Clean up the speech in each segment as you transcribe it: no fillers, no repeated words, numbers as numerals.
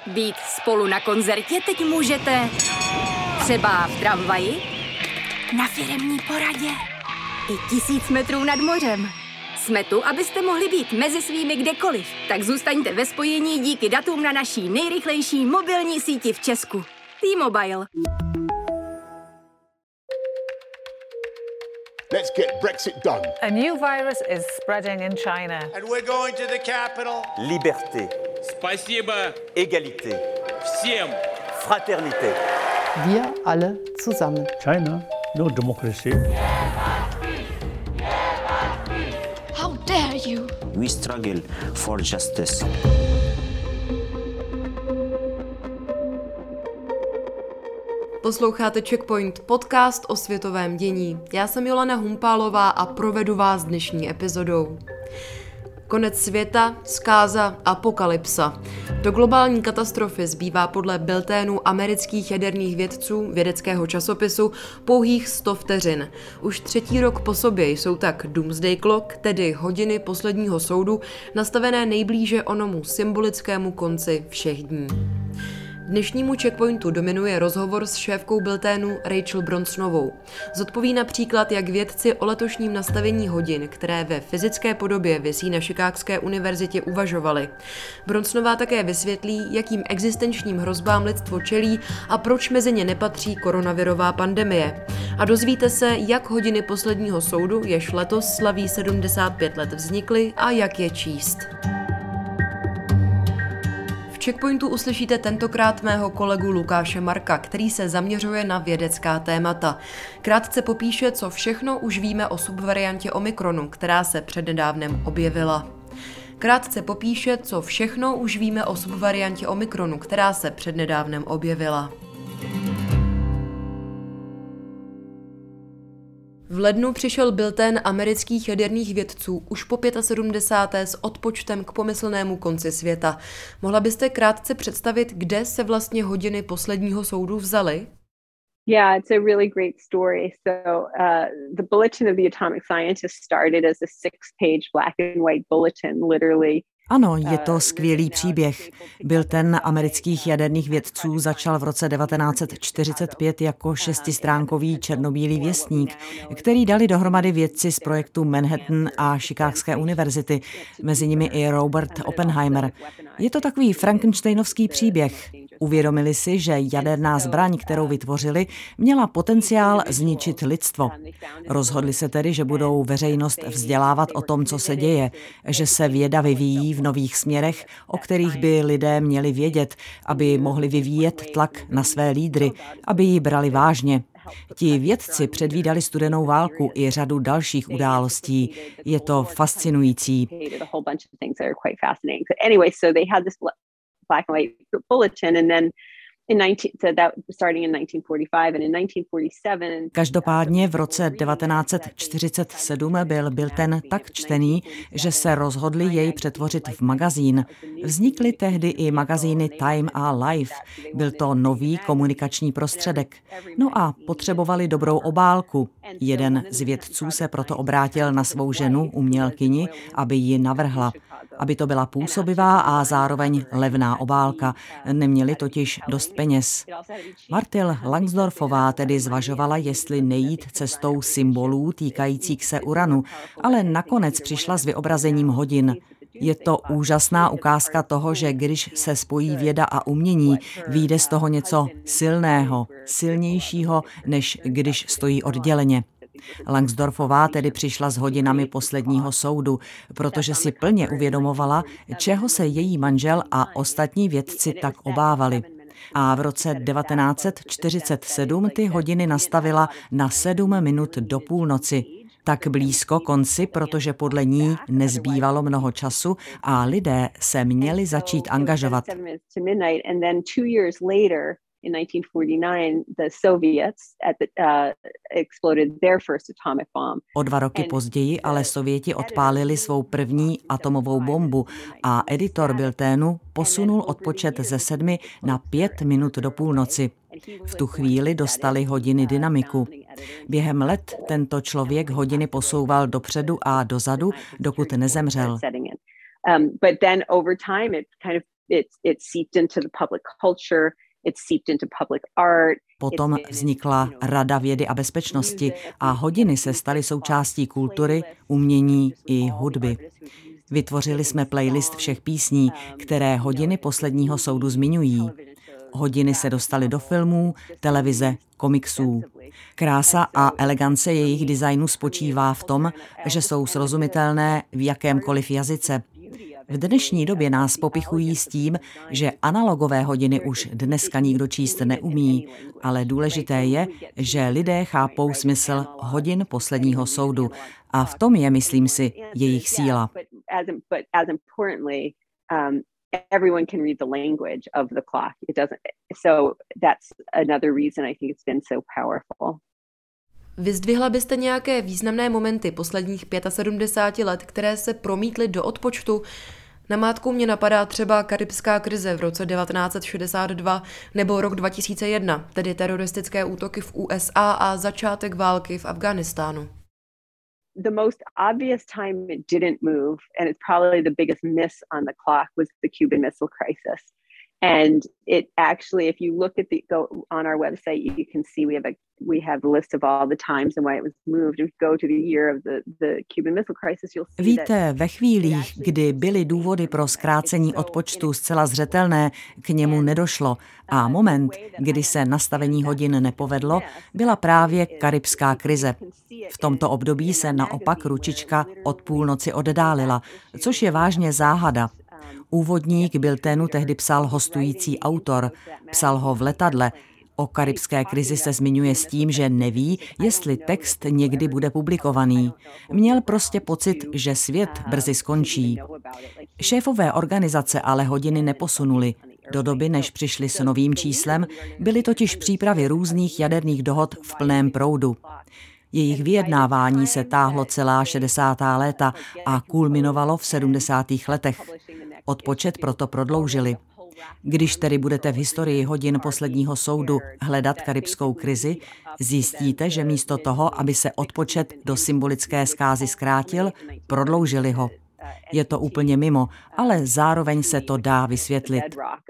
Být spolu na koncertě teď můžete třeba v tramvaji, na firemní poradě i 1000 metrů nad mořem. Jsme tu, abyste mohli být mezi svými kdekoliv. Tak zůstaňte ve spojení díky datům na naší nejrychlejší mobilní síti v Česku. T-Mobile. Let's get Brexit done. A new virus is spreading in China. And we're going to the capital. Liberté. Спасибо. Égalité. Всем. Fraternité. Wir alle zusammen. China, no democracy. How dare you? We struggle for justice. Posloucháte Checkpoint, podcast o světovém dění. Já jsem Jolana Humpálová a provedu vás dnešní epizodou. Konec světa, zkáza, apokalypsa. Do globální katastrofy zbývá podle bilténu amerických jaderných vědců vědeckého časopisu pouhých 100 vteřin. Už 3. rok po sobě jsou tak Doomsday Clock, tedy hodiny posledního soudu, nastavené nejblíže onomu symbolickému konci všech dní. Dnešnímu Checkpointu dominuje rozhovor s šéfkou bilténu Rachel Bronsonovou. Zodpoví například, jak vědci o letošním nastavení hodin, které ve fyzické podobě visí na Chicagské univerzitě, uvažovali. Bronsonová také vysvětlí, jakým existenčním hrozbám lidstvo čelí a proč mezi ně nepatří koronavirová pandemie. A dozvíte se, jak hodiny posledního soudu, jež letos slaví 75 let, vznikly a jak je číst. V Checkpointu uslyšíte tentokrát mého kolegu Lukáše Marka, který se zaměřuje na vědecká témata. Krátce popíše, co všechno už víme o subvariantě Omikronu, která se přednedávnem objevila. V lednu přišel biltén amerických jaderných vědců už po 75. s odpočtem k pomyslnému konci světa. Mohla byste krátce představit, kde se vlastně hodiny posledního soudu vzaly? Yeah, it's a really great story. So the Bulletin of the Atomic Scientists started as a 6-page black and white bulletin, literally. Ano, je to skvělý příběh. Bilten amerických jaderných vědců začal v roce 1945 jako 6stránkový černobílý věstník, který dali dohromady vědci z projektu Manhattan a Chicagské univerzity, mezi nimi i Robert Oppenheimer. Je to takový frankensteinovský příběh. Uvědomili si, že jaderná zbraň, kterou vytvořili, měla potenciál zničit lidstvo. Rozhodli se tedy, že budou veřejnost vzdělávat o tom, co se děje, že se věda vyvíjí v nových směrech, o kterých by lidé měli vědět, aby mohli vyvíjet tlak na své lídry, aby ji brali vážně. Ti vědci předvídali studenou válku i řadu dalších událostí. Je to fascinující. Black and white bulletin, and then starting in 1945 and in 1947. Každopádně v roce 1947 byl bilten tak čtený, že se rozhodli jej přetvořit v magazín. Vznikly tehdy i magazíny Time a Life. Byl to nový komunikační prostředek. No a potřebovali dobrou obálku. Jeden z vědců se proto obrátil na svou ženu, umělkyni, aby ji navrhla. Aby to byla působivá a zároveň levná obálka. Neměli totiž dost peněz. Martil Langsdorffová tedy zvažovala, jestli nejít cestou symbolů týkajících se uranu, ale nakonec přišla s vyobrazením hodin. Je to úžasná ukázka toho, že když se spojí věda a umění, vyjde z toho něco silného, silnějšího, než když stojí odděleně. Langsdorffová tedy přišla s hodinami posledního soudu, protože si plně uvědomovala, čeho se její manžel a ostatní vědci tak obávali. A v roce 1947 ty hodiny nastavila na 7 minut do půlnoci. Tak blízko konci, protože podle ní nezbývalo mnoho času a lidé se měli začít angažovat. In 1949, the Soviets exploded their first atomic bomb. O 2 roky později ale Sověti odpálili svou první atomovou bombu a editor bilténu posunul odpočet ze 7 na 5 minut do půlnoci. V tu chvíli dostali hodiny dynamiku. Během let tento člověk hodiny posouval dopředu a dozadu, dokud nezemřel. It's seeped into the public culture. It's seeped into public art. Potom vznikla Rada vědy a bezpečnosti a hodiny se staly součástí kultury, umění i hudby. Vytvořili jsme playlist všech písní, které hodiny posledního soudu zmiňují. Hodiny se dostaly do filmů, televize, komiksů. Krása a elegance jejich designu spočívá v tom, že jsou srozumitelné v jakémkoliv jazyce. V dnešní době nás popichují s tím, že analogové hodiny už dneska nikdo číst neumí, ale důležité je, že lidé chápou smysl hodin posledního soudu a v tom je, myslím si, jejich síla. Everyone can read the language of the clock. It doesn't. So that's another reason I think it's been so powerful. Vyzdvihla byste nějaké významné momenty posledních 75 let, které se promítly do odpočtu? Namátkou mě napadá třeba karibská krize v roce 1962 nebo rok 2001, tedy teroristické útoky v USA a začátek války v Afghánistánu. The most obvious time it didn't move, and it's probably the biggest miss on the clock, was the Cuban Missile Crisis. And it actually, if you look at go on our website, you can see we have a list of all the times and why it was moved. If you go to the year of the Cuban Missile Crisis, you'll see. Víte, ve chvílích, kdy byly důvody pro zkrácení odpočtu zcela zřetelné, k němu nedošlo. A moment, kdy se nastavení hodin nepovedlo, byla právě karibská krize. V tomto období se naopak ručička od půlnoci oddálila, což je vážně záhada. Úvodník bulletinu tehdy psal hostující autor, psal ho v letadle. O karibské krizi se zmiňuje s tím, že neví, jestli text někdy bude publikovaný. Měl prostě pocit, že svět brzy skončí. Šéfové organizace ale hodiny neposunuli. Do doby, než přišli s novým číslem, byly totiž přípravy různých jaderných dohod v plném proudu. Jejich vyjednávání se táhlo celá 60. léta a kulminovalo v 70. letech. Odpočet proto prodloužili. Když tedy budete v historii hodin posledního soudu hledat karibskou krizi, zjistíte, že místo toho, aby se odpočet do symbolické zkázy zkrátil, prodloužili ho. Je to úplně mimo, ale zároveň se to dá vysvětlit.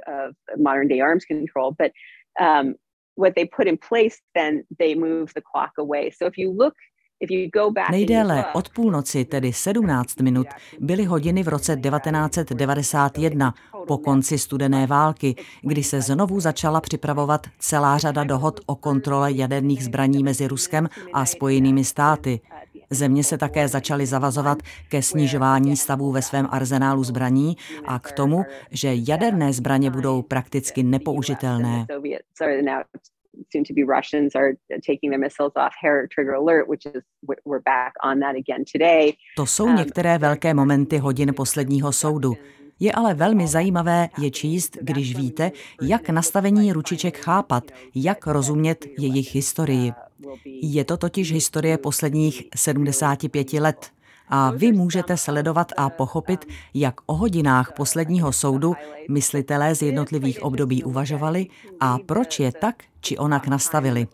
Nejdéle od půlnoci, tedy 17 minut, byly hodiny v roce 1991, po konci studené války, kdy se znovu začala připravovat celá řada dohod o kontrole jaderných zbraní mezi Ruskem a Spojenými státy. Země se také začaly zavazovat ke snižování stavů ve svém arzenálu zbraní a k tomu, že jaderné zbraně budou prakticky nepoužitelné. Soon to be Russians are taking their missiles off hair trigger alert, which is we're back on that again today. To jsou některé velké momenty hodin posledního soudu. Je ale velmi zajímavé je číst, když víte, jak nastavení ručiček chápat, jak rozumět jejich historii. Je to totiž historie posledních 75 let. A vy můžete sledovat a pochopit, jak o hodinách posledního soudu myslitelé z jednotlivých období uvažovali a proč je tak či onak nastavili.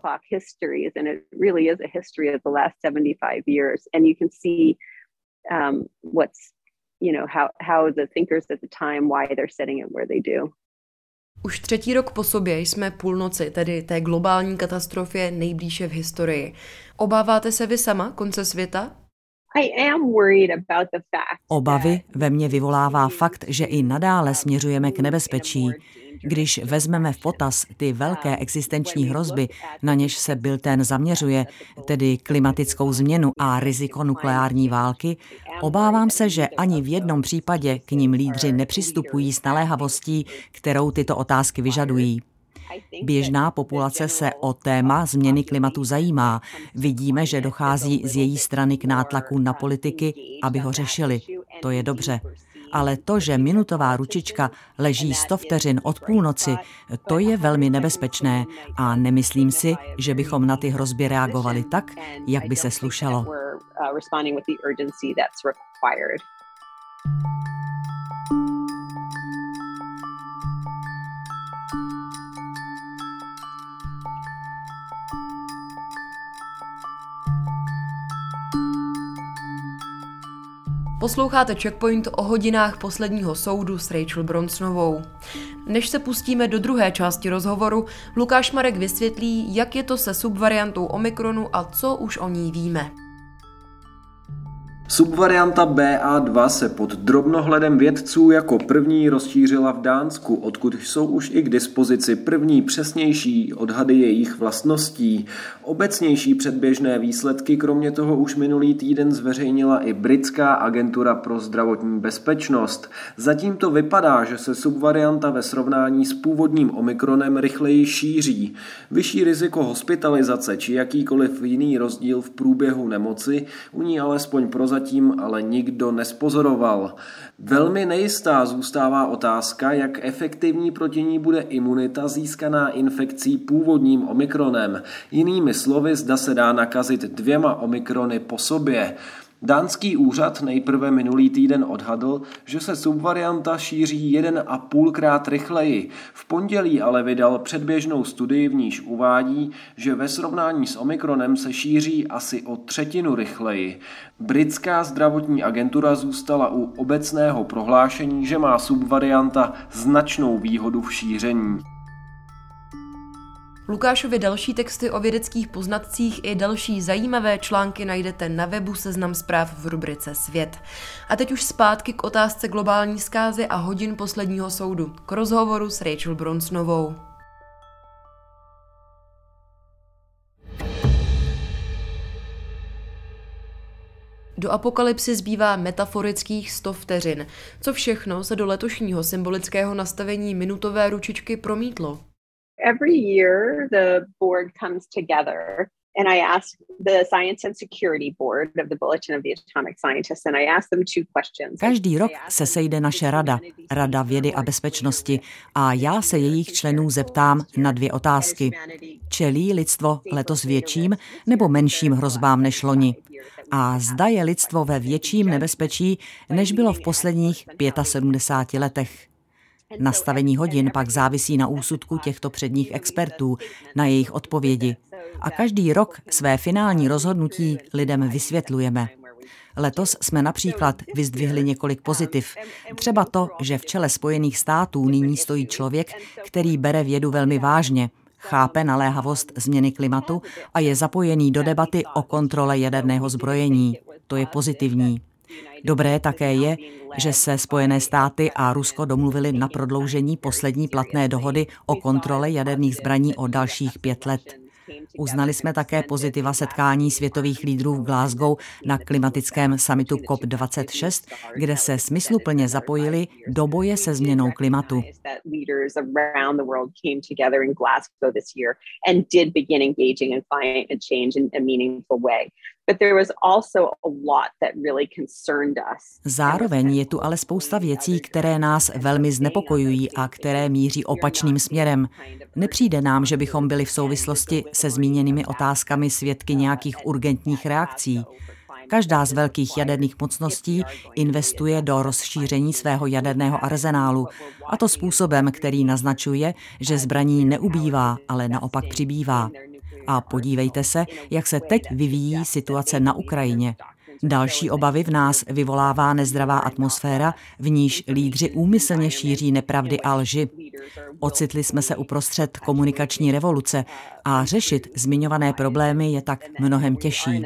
Už 3. rok po sobě jsme půlnoci, tedy té globální katastrofě nejblíže v historii. Obáváte se vy sama konce světa? Obavy ve mně vyvolává fakt, že i nadále směřujeme k nebezpečí. Když vezmeme v potaz ty velké existenční hrozby, na něž se bulletin zaměřuje, tedy klimatickou změnu a riziko nukleární války, obávám se, že ani v jednom případě k nim lídři nepřistupují s naléhavostí, kterou tyto otázky vyžadují. Běžná populace se o téma změny klimatu zajímá. Vidíme, že dochází z její strany k nátlaku na politiky, aby ho řešili. To je dobře. Ale to, že minutová ručička leží 100 vteřin od půlnoci, to je velmi nebezpečné a nemyslím si, že bychom na ty hrozby reagovali tak, jak by se slušelo. Posloucháte Checkpoint o hodinách posledního soudu s Rachel Bronsonovou. Než se pustíme do druhé části rozhovoru, Lukáš Marek vysvětlí, jak je to se subvariantou Omikronu a co už o ní víme. Subvarianta BA2 se pod drobnohledem vědců jako první rozšířila v Dánsku, odkud jsou už i k dispozici první přesnější odhady jejich vlastností. Obecnější předběžné výsledky kromě toho už minulý týden zveřejnila i britská agentura pro zdravotní bezpečnost. Zatím to vypadá, že se subvarianta ve srovnání s původním Omikronem rychleji šíří. Vyšší riziko hospitalizace či jakýkoliv jiný rozdíl v průběhu nemoci u ní alespoň prozatím ale nikdo nespozoroval. Velmi nejistá zůstává otázka, jak efektivní proti ní bude imunita získaná infekcí původním Omikronem. Jinými slovy, zda se dá nakazit 2 Omikrony po sobě. Dánský úřad nejprve minulý týden odhadl, že se subvarianta šíří 1,5krát rychleji. V pondělí ale vydal předběžnou studii, v níž uvádí, že ve srovnání s Omikronem se šíří asi o 1/3 rychleji. Britská zdravotní agentura zůstala u obecného prohlášení, že má subvarianta značnou výhodu v šíření. Lukášovi další texty o vědeckých poznatcích i další zajímavé články najdete na webu Seznam zpráv v rubrice Svět. A teď už zpátky k otázce globální zkázy a hodin posledního soudu, k rozhovoru s Rachel Bronsonovou. Do apokalypsy zbývá metaforických 100 vteřin. Co všechno se do letošního symbolického nastavení minutové ručičky promítlo? Every year the board comes together and I ask the Science and Security Board of the Bulletin of the Atomic Scientists and I ask them 2 questions. Každý rok se sejde naše Rada vědy a bezpečnosti a já se jejich členů zeptám na 2 otázky. Čelí lidstvo letos větším nebo menším hrozbám než loni? A zda je lidstvo ve větším nebezpečí, než bylo v posledních 75 letech. Nastavení hodin pak závisí na úsudku těchto předních expertů, na jejich odpovědi. A každý rok své finální rozhodnutí lidem vysvětlujeme. Letos jsme například vyzdvihli několik pozitiv. Třeba to, že v čele Spojených států nyní stojí člověk, který bere vědu velmi vážně, chápe naléhavost změny klimatu a je zapojený do debaty o kontrole jaderného zbrojení. To je pozitivní. Dobré také je, že se Spojené státy a Rusko domluvili na prodloužení poslední platné dohody o kontrole jaderných zbraní o dalších 5 let. Uznali jsme také pozitiva setkání světových lídrů v Glasgow na klimatickém summitu COP26, kde se smysluplně zapojili do boje se změnou klimatu. Zároveň je tu ale spousta věcí, které nás velmi znepokojují a které míří opačným směrem. Nepřijde nám, že bychom byli v souvislosti se zmíněnými otázkami svědky nějakých urgentních reakcí. Každá z velkých jaderných mocností investuje do rozšíření svého jaderného arzenálu, a to způsobem, který naznačuje, že zbraní neubývá, ale naopak přibývá. A podívejte se, jak se teď vyvíjí situace na Ukrajině. Další obavy v nás vyvolává nezdravá atmosféra, v níž lídři úmyslně šíří nepravdy a lži. Ocitli jsme se uprostřed komunikační revoluce a řešit zmiňované problémy je tak mnohem těžší.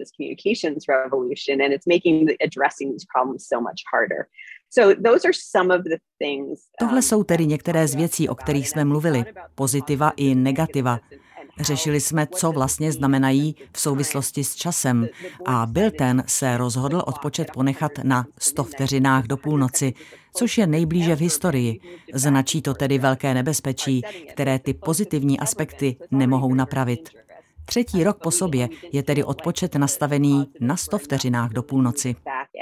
Tohle jsou tedy některé z věcí, o kterých jsme mluvili, pozitiva i negativa. Řešili jsme, co vlastně znamenají v souvislosti s časem a Bilten se rozhodl odpočet ponechat na 100 vteřinách do půlnoci, což je nejblíže v historii. Značí to tedy velké nebezpečí, které ty pozitivní aspekty nemohou napravit. 3. rok po sobě je tedy odpočet nastavený na 100 vteřinách do půlnoci.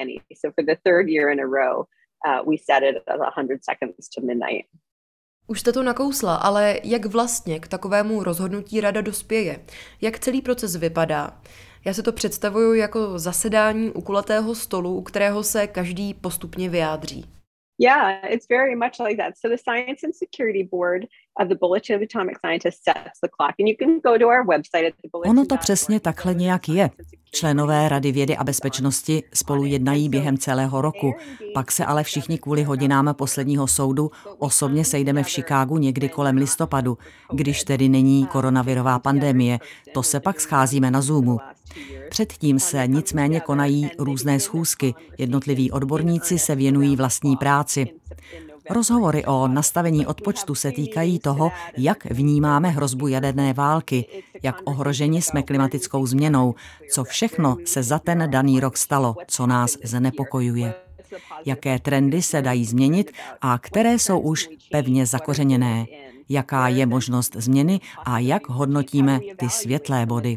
Už jste to nakousla, ale jak vlastně k takovému rozhodnutí rada dospěje? Jak celý proces vypadá? Já si to představuju jako zasedání u kulatého stolu, u kterého se každý postupně vyjádří. Yeah, it's very much like that. So the Science and Security Board of the Bulletin of Atomic Scientists sets the clock. And you can go to our website at the bulletin. Ono to přesně takhle nějak je. Členové Rady vědy a bezpečnosti spolu jednají během celého roku. Pak se ale všichni kvůli hodinám posledního soudu osobně sejdeme v Chicagu někdy kolem listopadu, když tedy není koronavirová pandemie. To se pak scházíme na Zoomu. Předtím se nicméně konají různé schůzky. Jednotliví odborníci se věnují vlastní práci. Rozhovory o nastavení odpočtu se týkají toho, jak vnímáme hrozbu jaderné války, jak ohroženi jsme klimatickou změnou, co všechno se za ten daný rok stalo, co nás znepokojuje. Jaké trendy se dají změnit a které jsou už pevně zakořeněné. Jaká je možnost změny a jak hodnotíme ty světlé body.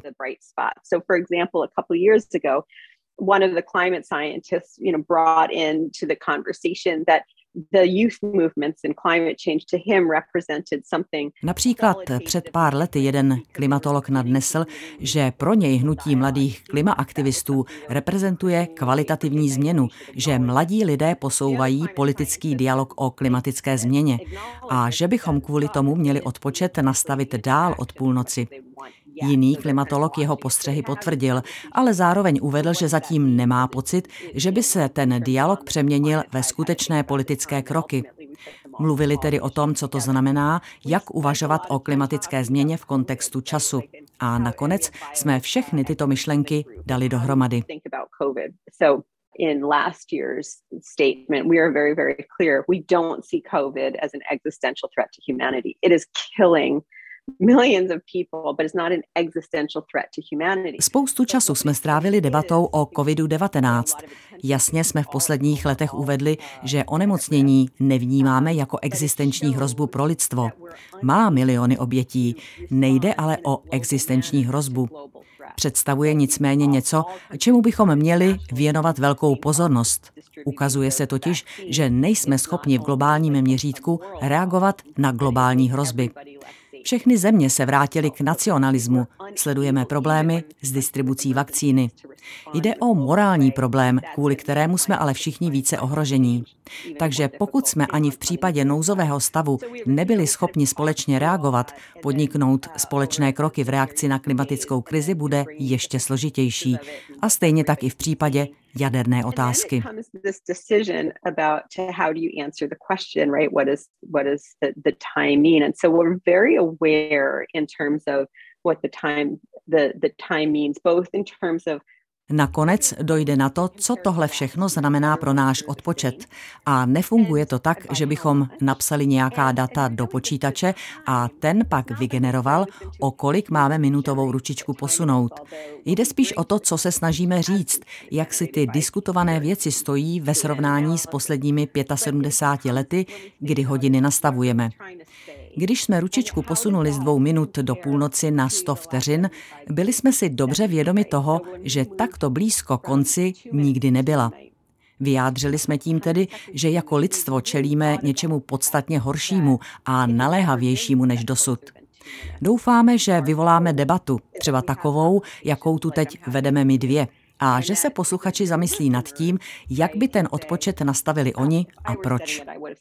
One of the climate scientists, brought into the conversation that the youth movements and climate change to him represented something. Například před pár lety jeden klimatolog nadnesl, že pro něj hnutí mladých klimaaktivistů reprezentuje kvalitativní změnu, že mladí lidé posouvají politický dialog o klimatické změně a že bychom kvůli tomu měli odpočet nastavit dál od půlnoci. Jiný klimatolog jeho postřehy potvrdil, ale zároveň uvedl, že zatím nemá pocit, že by se ten dialog přeměnil ve skutečné politické kroky. Mluvili tedy o tom, co to znamená, jak uvažovat o klimatické změně v kontextu času. A nakonec jsme všechny tyto myšlenky dali dohromady. In last year's statement, we are very, very clear. We don't see COVID as an existential threat to humanity. It is killing millions of people, but it's not an existential threat to humanity. Spoustu času jsme strávili debatou o COVID-19. Jasně jsme v posledních letech uvedli, že onemocnění nevnímáme jako existenční hrozbu pro lidstvo. Má miliony obětí, nejde ale o existenční hrozbu. Představuje nicméně něco, čemu bychom měli věnovat velkou pozornost. Ukazuje se totiž, že nejsme schopni v globálním měřítku reagovat na globální hrozby. Všechny země se vrátily k nacionalismu. Sledujeme problémy s distribucí vakcíny. Jde o morální problém, kvůli kterému jsme ale všichni více ohrožení. Takže pokud jsme ani v případě nouzového stavu nebyli schopni společně reagovat, podniknout společné kroky v reakci na klimatickou krizi bude ještě složitější. A stejně tak i v případě jaderné otázky. Nakonec dojde na to, co tohle všechno znamená pro náš odpočet. A nefunguje to tak, že bychom napsali nějaká data do počítače a ten pak vygeneroval, o kolik máme minutovou ručičku posunout. Jde spíš o to, co se snažíme říct, jak si ty diskutované věci stojí ve srovnání s posledními 75 lety, kdy hodiny nastavujeme. Když jsme ručičku posunuli z 2 minut do půlnoci na 100 vteřin, byli jsme si dobře vědomi toho, že takto blízko konci nikdy nebyla. Vyjádřili jsme tím tedy, že jako lidstvo čelíme něčemu podstatně horšímu a naléhavějšímu než dosud. Doufáme, že vyvoláme debatu, třeba takovou, jakou tu teď vedeme my dvě, a že se posluchači zamyslí nad tím, jak by ten odpočet nastavili oni a proč.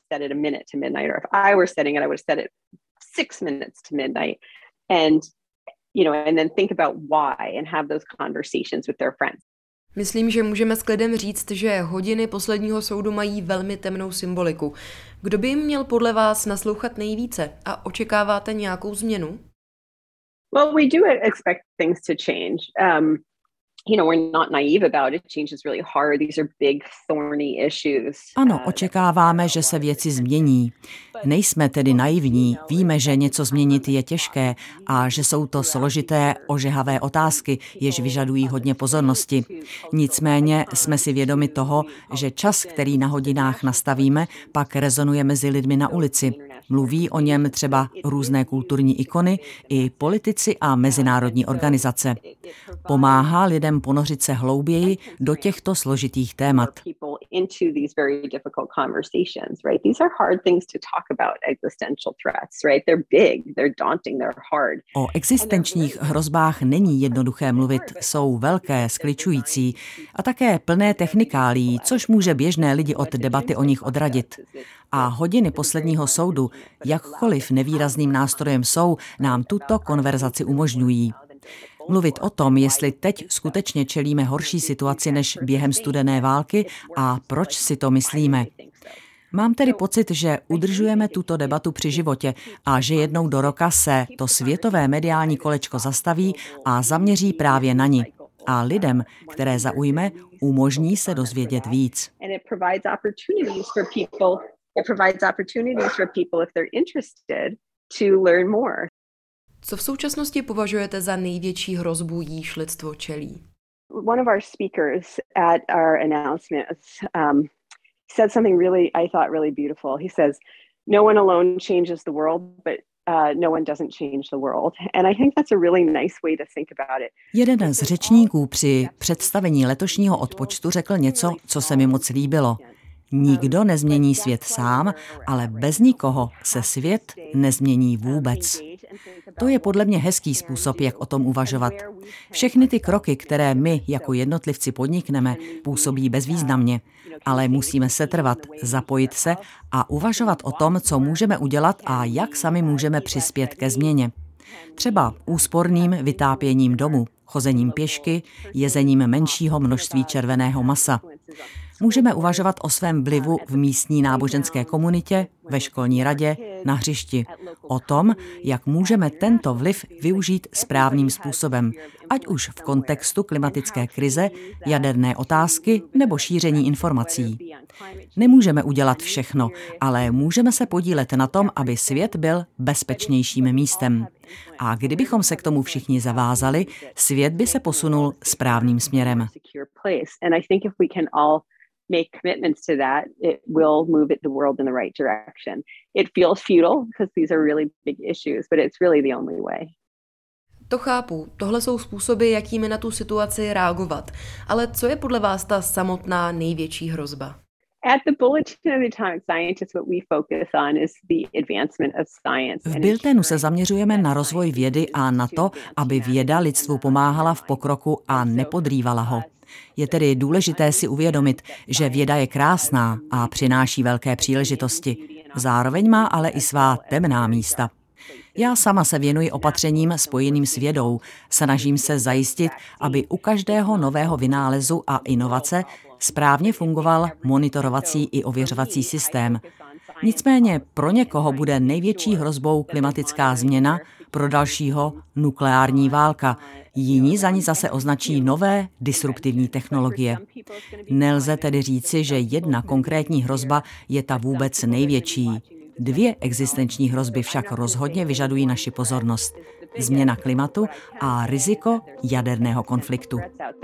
Myslím, že můžeme s klidem říct, že hodiny posledního soudu mají velmi temnou symboliku. Kdo by jim měl podle vás naslouchat nejvíce a očekáváte nějakou změnu? Well, we do expect things to change. We're not naive about it. Change is really hard. These are big, thorny issues. Ano, očekáváme, že se věci změní. Nejsme tedy naivní, víme, že něco změnit je těžké a že jsou to složité, ožehavé otázky, jež vyžadují hodně pozornosti. Nicméně jsme si vědomi toho, že čas, který na hodinách nastavíme, pak rezonuje mezi lidmi na ulici. Mluví o něm třeba různé kulturní ikony, i politici a mezinárodní organizace. Pomáhá lidem ponořit se hlouběji do těchto složitých témat. into these very difficult conversations, right? These are hard things to talk about, existential threats, right? They're big, they're daunting, they're hard. O existenčních hrozbách není jednoduché mluvit, jsou velké, skličující a také plné technikálií, což může běžné lidi od debaty o nich odradit. A hodiny posledního soudu, jakkoliv nevýrazným nástrojem jsou, nám tuto konverzaci umožňují. Mluvit o tom, jestli teď skutečně čelíme horší situaci než během studené války a proč si to myslíme. Mám tedy pocit, že udržujeme tuto debatu při životě a že jednou do roka se to světové mediální kolečko zastaví a zaměří právě na ni. A lidem, které zaujme, umožní se dozvědět víc. Co v současnosti považujete za největší hrozbu, jíž lidstvo čelí? One of our speakers at our announcement said something I thought really beautiful. He says, "No one alone changes the world, but no one doesn't change the world." And I think that's a really nice way to think about it. Jeden z řečníků při představení letošního odpočtu řekl něco, co se mi moc líbilo. Nikdo nezmění svět sám, ale bez nikoho se svět nezmění vůbec. To je podle mě hezký způsob, jak o tom uvažovat. Všechny ty kroky, které my jako jednotlivci podnikneme, působí bezvýznamně, ale musíme setrvat, zapojit se a uvažovat o tom, co můžeme udělat a jak sami můžeme přispět ke změně. Třeba úsporným vytápěním domu, chozením pěšky, jezením menšího množství červeného masa. Můžeme uvažovat o svém vlivu v místní náboženské komunitě, ve školní radě, na hřišti. O tom, jak můžeme tento vliv využít správným způsobem, ať už v kontextu klimatické krize, jaderné otázky nebo šíření informací. Nemůžeme udělat všechno, ale můžeme se podílet na tom, aby svět byl bezpečnějším místem. A kdybychom se k tomu všichni zavázali, svět by se posunul správným směrem. Make commitments to that, it will move the world in the right direction. It feels futile because these are really big issues, but it's really the only way. To chápu, tohle jsou způsoby, jakými na tu situaci reagovat. Ale co je podle vás ta samotná největší hrozba? At the Bulletin of the Atomic Scientists, what we focus on is the advancement of science. V Bulletinu se zaměřujeme na rozvoj vědy a na to, aby věda lidstvu pomáhala v pokroku a nepodrývala ho. Je tedy důležité si uvědomit, že věda je krásná a přináší velké příležitosti. Zároveň má ale i svá temná místa. Já sama se věnuji opatřením spojeným s vědou. Snažím se zajistit, aby u každého nového vynálezu a inovace správně fungoval monitorovací i ověřovací systém. Nicméně pro někoho bude největší hrozbou klimatická změna, pro dalšího nukleární válka. Jiní za ní zase označí nové disruptivní technologie. Nelze tedy říci, že jedna konkrétní hrozba je ta vůbec největší. Dvě existenční hrozby však rozhodně vyžadují naši pozornost. Změna klimatu a riziko jaderného konfliktu.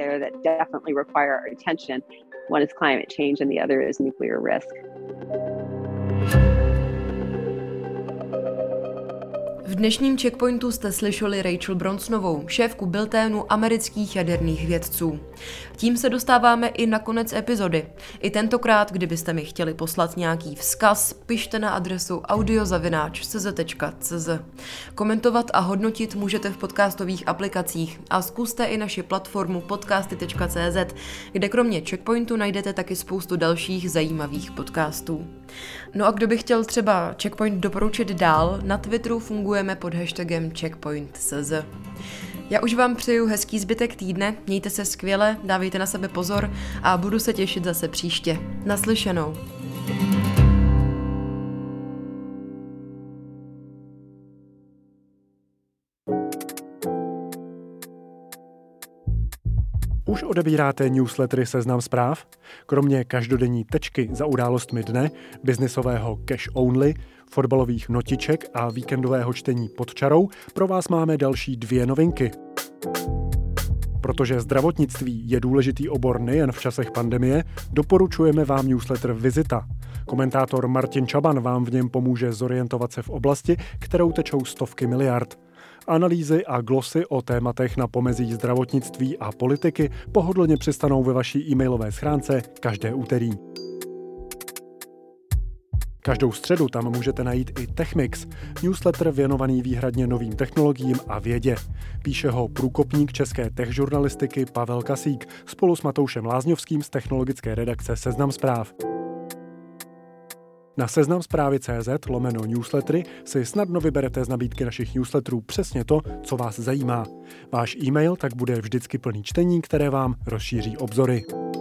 V dnešním Checkpointu jste slyšeli Rachel Bronsonovou, šéfku Bulletinu amerických jaderných vědců. Tím se dostáváme i na konec epizody. I tentokrát, kdybyste mi chtěli poslat nějaký vzkaz, pište na adresu audio@cz.cz. Komentovat a hodnotit můžete v podcastových aplikacích a zkuste i naši platformu podcasty.cz, kde kromě Checkpointu najdete taky spoustu dalších zajímavých podcastů. No a kdo by chtěl třeba Checkpoint doporučit dál, na Twitteru fungujeme pod hashtagem checkpoint.cz. Já už vám přeju hezký zbytek týdne, mějte se skvěle, dávejte na sebe pozor a budu se těšit zase příště. Naslyšenou. Už odebíráte newslettery Seznam zpráv? Kromě každodenní tečky za událostmi dne, biznisového cash only, fotbalových notiček a víkendového čtení pod čarou pro vás máme další 2 novinky. Protože zdravotnictví je důležitý obor nejen v časech pandemie, doporučujeme vám newsletter Vizita. Komentátor Martin Čaban vám v něm pomůže zorientovat se v oblasti, kterou tečou stovky miliard. Analýzy a glosy o tématech na pomezí zdravotnictví a politiky pohodlně přistanou ve vaší e-mailové schránce každé úterý. Každou středu tam můžete najít i TechMix, newsletter věnovaný výhradně novým technologiím a vědě. Píše ho průkopník české tech žurnalistiky Pavel Kasík spolu s Matoušem Lázňovským z technologické redakce Seznam Zpráv. Na seznamzprávy.cz/newslettery si snadno vyberete z nabídky našich newsletterů přesně to, co vás zajímá. Váš e-mail tak bude vždycky plný čtení, které vám rozšíří obzory.